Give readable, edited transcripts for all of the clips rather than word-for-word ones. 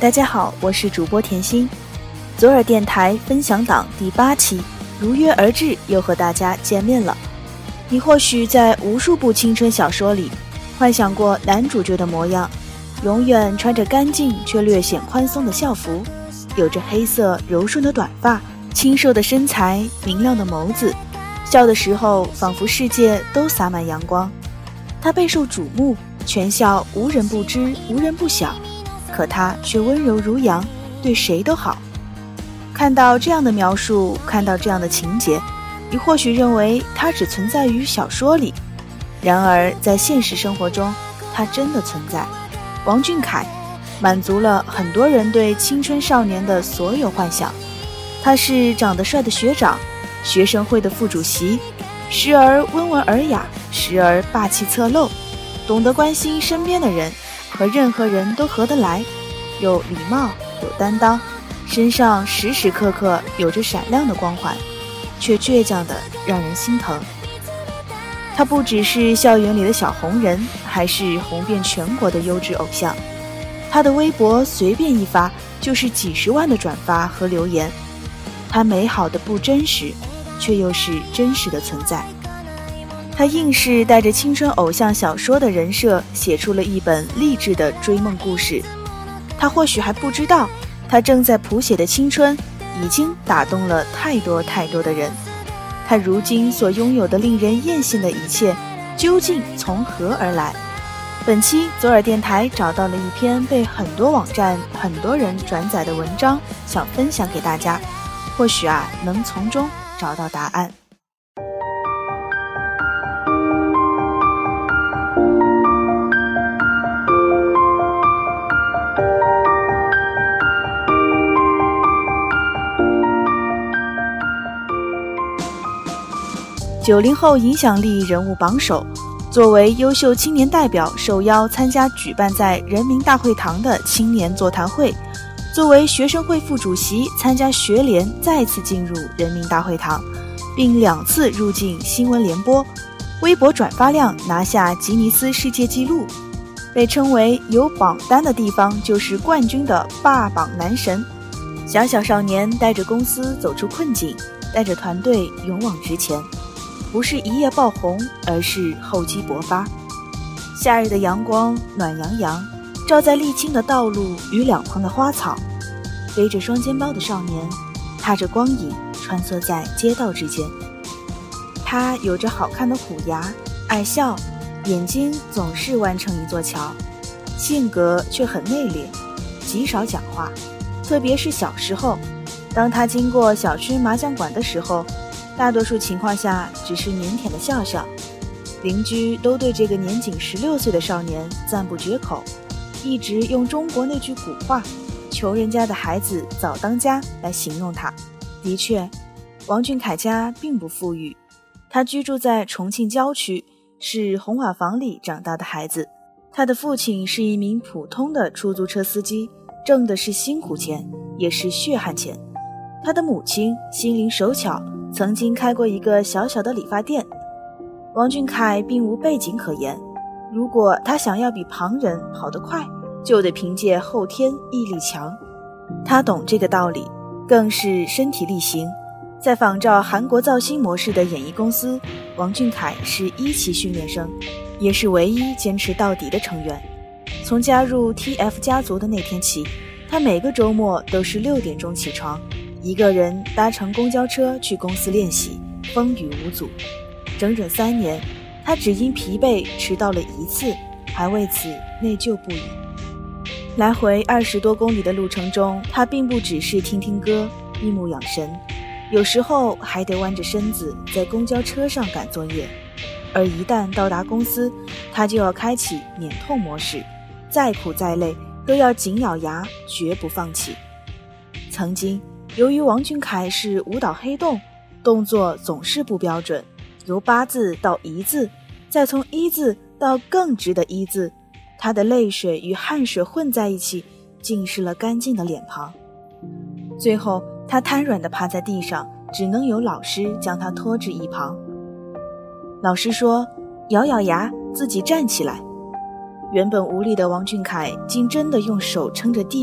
大家好，我是主播甜心。左耳电台分享档第8期，如约而至，又和大家见面了。你或许在无数部青春小说里幻想过男主角的模样，永远穿着干净却略显宽松的校服，有着黑色柔顺的短发，清瘦的身材，明亮的眸子，笑的时候仿佛世界都洒满阳光。他备受瞩目，全校无人不知，无人不晓，可他却温柔如羊，对谁都好。看到这样的描述，看到这样的情节，你或许认为它只存在于小说里，然而在现实生活中，它真的存在。王俊凯满足了很多人对青春少年的所有幻想。他是长得帅的学长，学生会的副主席，时而温文尔雅，时而霸气侧漏，懂得关心身边的人，和任何人都合得来，有礼貌，有担当，身上时时刻刻有着闪亮的光环，却倔强的让人心疼。他不只是校园里的小红人，还是红遍全国的优质偶像。他的微博随便一发就是几十万的转发和留言。他美好的不真实，却又是真实的存在。他硬是带着青春偶像小说的人设，写出了一本励志的追梦故事。他或许还不知道，他正在谱写的青春已经打动了太多太多的人。他如今所拥有的令人艳羡的一切，究竟从何而来？本期左耳电台找到了一篇被很多网站很多人转载的文章，想分享给大家，或许能从中找到答案。90后影响力人物榜首，作为优秀青年代表受邀参加举办在人民大会堂的青年座谈会，作为学生会副主席参加学联再次进入人民大会堂，并2次入境新闻联播，微博转发量拿下吉尼斯世界纪录，被称为有榜单的地方就是冠军的霸榜男神。小小少年带着公司走出困境，带着团队勇往直前，不是一夜爆红，而是厚积薄发。夏日的阳光暖洋洋，照在沥青的道路与两旁的花草。背着双肩包的少年，踏着光影穿梭在街道之间。他有着好看的虎牙，爱笑，眼睛总是弯成一座桥，性格却很内敛，极少讲话。特别是小时候，当他经过小区麻将馆的时候，大多数情况下只是腼腆的笑笑，邻居都对这个年仅16岁的少年赞不绝口，一直用中国那句古话穷人家的孩子早当家来形容他。的确，王俊凯家并不富裕，他居住在重庆郊区，是红瓦房里长大的孩子。他的父亲是一名普通的出租车司机，挣的是辛苦钱，也是血汗钱。他的母亲心灵手巧，曾经开过一个小小的理发店。王俊凯并无背景可言，如果他想要比旁人跑得快，就得凭借后天毅力强。他懂这个道理，更是身体力行。在仿照韩国造星模式的演艺公司，王俊凯是1期训练生，也是唯一坚持到底的成员。从加入 TF 家族的那天起，他每个周末都是6点钟起床，一个人搭乘公交车去公司练习，风雨无阻。整整3年，他只因疲惫迟到了1次，还为此内疚不已。来回20多公里的路程中，他并不只是听听歌，闭目养神，有时候还得弯着身子在公交车上赶作业。而一旦到达公司，他就要开启免痛模式，再苦再累都要紧咬牙，绝不放弃。曾经由于王俊凯是舞蹈黑洞，动作总是不标准，由8字到1字，再从1字到更直的1字，他的泪水与汗水混在一起，浸湿了干净的脸庞。最后他瘫软地趴在地上，只能由老师将他拖至一旁。老师说，咬咬牙，自己站起来。原本无力的王俊凯竟真的用手撑着地，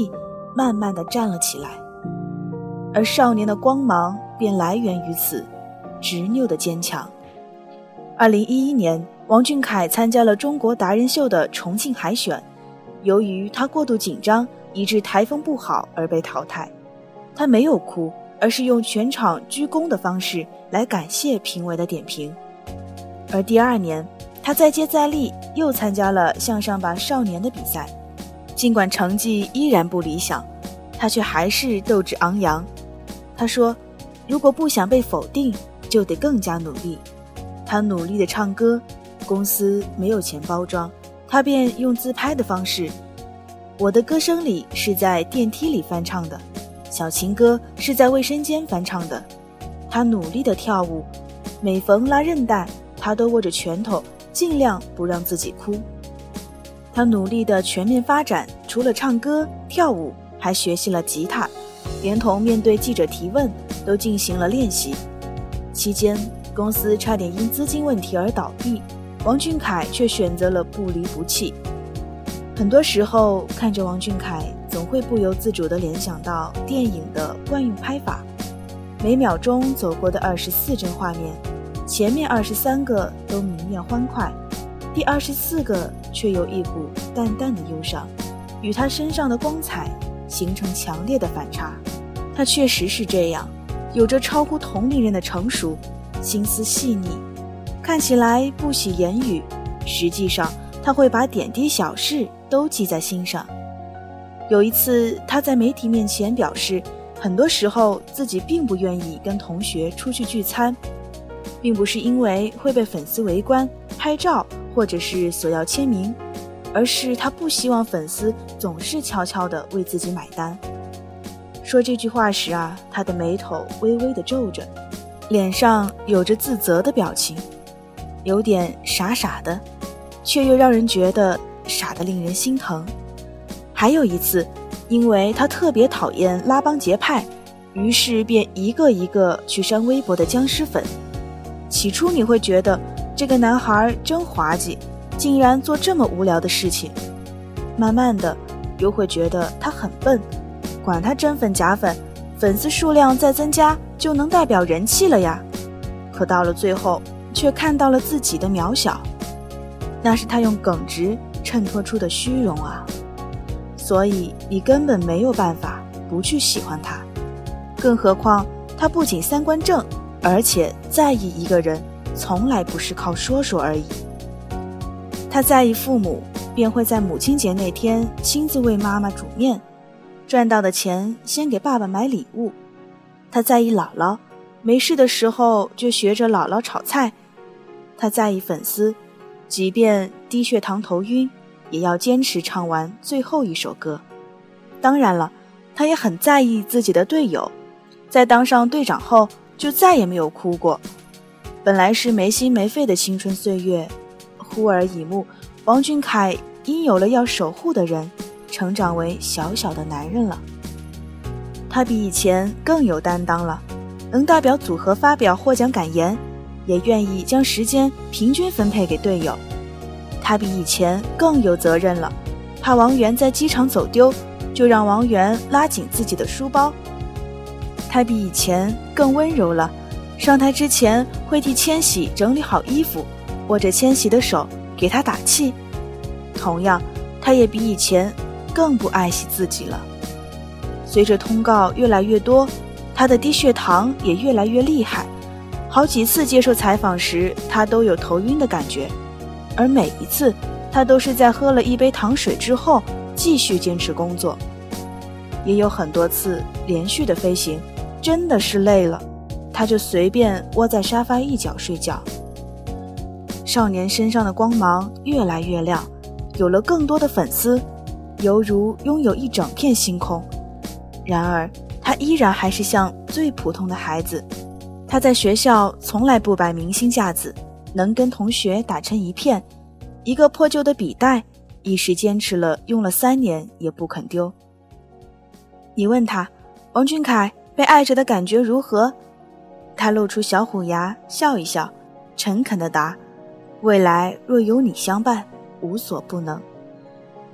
慢慢地站了起来，而少年的光芒便来源于此，执拗的坚强。2011年，王俊凯参加了中国达人秀的重庆海选，由于他过度紧张，以致台风不好而被淘汰。他没有哭，而是用全场鞠躬的方式来感谢评委的点评。而第2年，他再接再厉，又参加了向上吧少年的比赛。尽管成绩依然不理想，他却还是斗志昂扬。他说，如果不想被否定，就得更加努力。他努力地唱歌，公司没有钱包装，他便用自拍的方式。我的歌声里是在电梯里翻唱的，小情歌是在卫生间翻唱的。他努力地跳舞，每逢拉韧带，他都握着拳头，尽量不让自己哭。他努力地全面发展，除了唱歌跳舞，还学习了吉他，连同面对记者提问都进行了练习。期间公司差点因资金问题而倒闭，王俊凯却选择了不离不弃。很多时候看着王俊凯，总会不由自主地联想到电影的惯用拍法，每秒钟走过的24帧画面，前面23个都明艳欢快，第24个却有一股淡淡的忧伤，与他身上的光彩形成强烈的反差。他确实是这样，有着超乎同龄人的成熟，心思细腻，看起来不喜言语，实际上他会把点滴小事都记在心上。有一次他在媒体面前表示，很多时候自己并不愿意跟同学出去聚餐，并不是因为会被粉丝围观拍照或者是索要签名，而是他不希望粉丝总是悄悄地为自己买单。说这句话时啊，他的眉头微微地皱着，脸上有着自责的表情，有点傻傻的，却又让人觉得傻得令人心疼。还有一次，因为他特别讨厌拉帮结派，于是便一个一个去删微博的僵尸粉。起初你会觉得这个男孩真滑稽，竟然做这么无聊的事情，慢慢的又会觉得他很笨，管他真粉假粉，粉丝数量再增加就能代表人气了呀。可到了最后却看到了自己的渺小，那是他用耿直衬托出的虚荣啊。所以你根本没有办法不去喜欢他，更何况他不仅三观正，而且在意一个人从来不是靠说说而已。他在意父母，便会在母亲节那天亲自为妈妈煮面，赚到的钱先给爸爸买礼物。他在意姥姥，没事的时候就学着姥姥炒菜。他在意粉丝，即便低血糖头晕，也要坚持唱完最后一首歌。当然了，他也很在意自己的队友，在当上队长后就再也没有哭过。本来是没心没肺的青春岁月，忽而一幕，王俊凯因有了要守护的人，成长为小小的男人了。他比以前更有担当了，能代表组合发表获奖感言，也愿意将时间平均分配给队友。他比以前更有责任了，怕王源在机场走丢，就让王源拉紧自己的书包。他比以前更温柔了，上台之前会替千玺整理好衣服，握着千玺的手给他打气。同样，他也比以前更不爱惜自己了。随着通告越来越多，他的低血糖也越来越厉害，好几次接受采访时他都有头晕的感觉，而每一次他都是在喝了一杯糖水之后继续坚持工作。也有很多次连续的飞行，真的是累了，他就随便窝在沙发一角睡觉。少年身上的光芒越来越亮，有了更多的粉丝，犹如拥有一整片星空。然而他依然还是像最普通的孩子，他在学校从来不摆明星架子，能跟同学打成一片，一个破旧的笔袋一时坚持了用了3年也不肯丢。你问他，王俊凯被爱着的感觉如何？他露出小虎牙笑一笑，诚恳地答，未来若有你相伴，无所不能。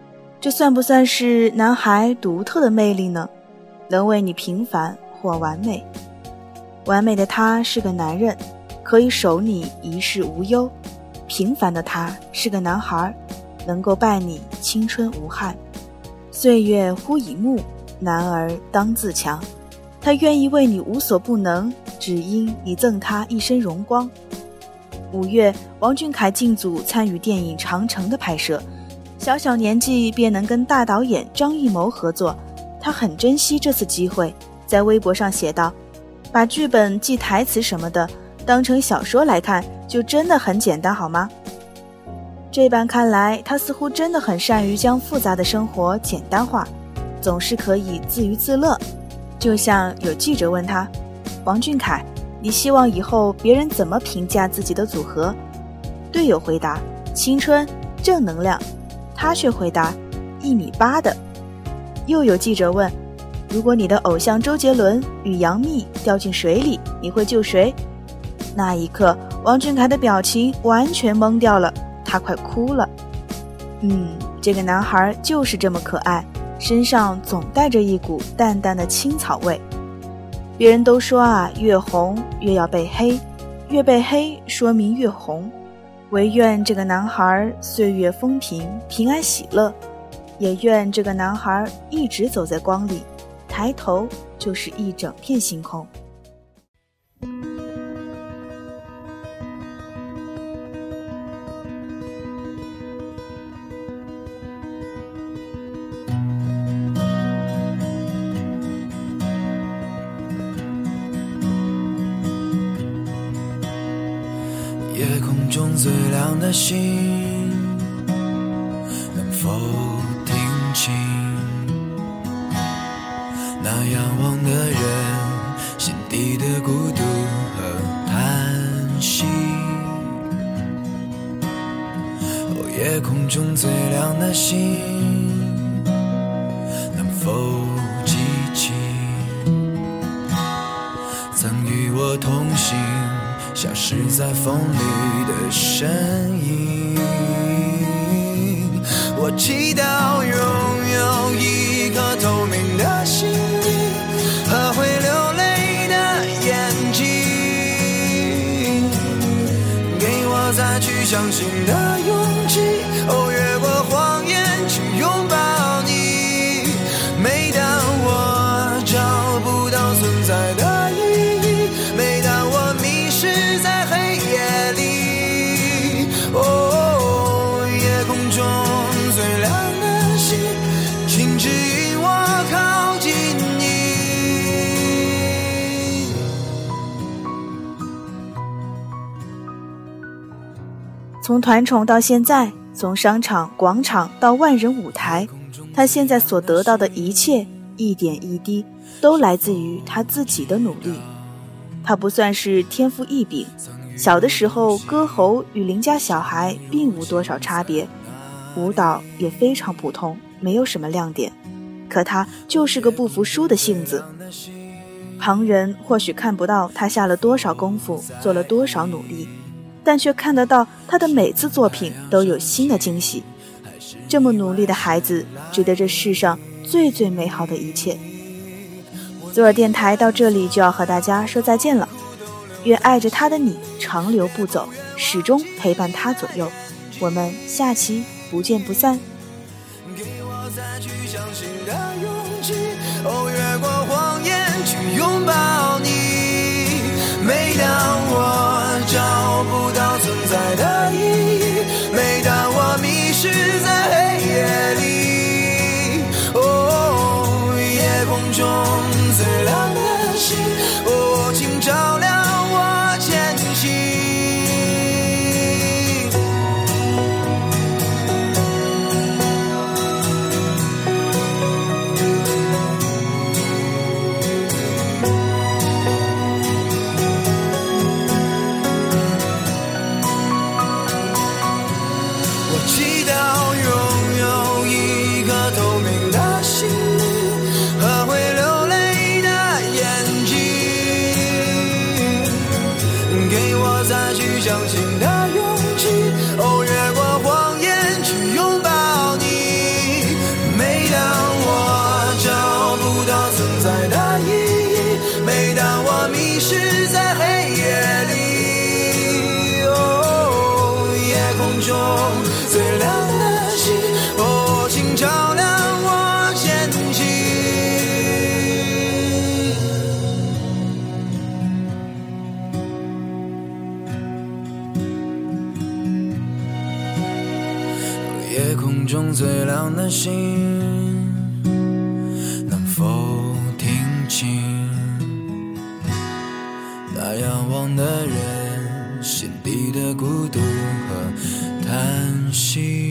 这算不算是男孩独特的魅力呢？能为你平凡或完美。完美的他是个男人，可以守你一世无忧；平凡的他是个男孩，能够伴你青春无憾。岁月忽已暮，男儿当自强。他愿意为你无所不能，只因你赠他一身荣光。5月，王俊凯进组参与电影《长城》的拍摄，小小年纪便能跟大导演张艺谋合作，他很珍惜这次机会，在微博上写道：把剧本记台词什么的当成小说来看，就真的很简单好吗？这般看来，他似乎真的很善于将复杂的生活简单化，总是可以自娱自乐。就像有记者问他：王俊凯，你希望以后别人怎么评价自己的组合？队友回答：青春正能量。他却回答：1.8米的。又有记者问：如果你的偶像周杰伦与杨幂掉进水里，你会救谁？那一刻，王俊凯的表情完全懵掉了，他快哭了。这个男孩就是这么可爱，身上总带着一股淡淡的青草味。别人都说啊，越红越要被黑，越被黑说明越红。唯愿这个男孩岁月风平，平安喜乐，也愿这个男孩一直走在光里，抬头就是一整片星空。 夜空中最亮的星，能否听清那仰望的人心底的孤独和叹息？夜空中最亮的星，能否记起曾与我同行消失在风里的身影？我祈祷拥有一颗透明的心灵和会流泪的眼睛，给我再去相信的勇气，越过谎言去拥抱你。每当我找不到存在的意义，每当我迷失在黑夜里，夜空中最亮的星，请指引我靠近你。 从团宠到现在，从商场、广场到万人舞台，他现在所得到的一切，一点一滴，都来自于他自己的努力。他不算是天赋异禀，小的时候歌喉与邻家小孩并无多少差别，舞蹈也非常普通，没有什么亮点，可他就是个不服输的性子。旁人或许看不到他下了多少功夫，做了多少努力，但却看得到他的每次作品都有新的惊喜。这么努力的孩子，值得这世上最最美好的一切。左耳电台到这里就要和大家说再见了，愿爱着他的你长留不走，始终陪伴他左右。我们下期不见不散。 给我再去相信的勇气，越过谎言去拥抱你。每当我找不到存在的意义，每当我迷失在黑夜里，夜空中最亮的星，请照亮我前行。 最亮的星能否听清那仰望的人心底的孤独和叹息。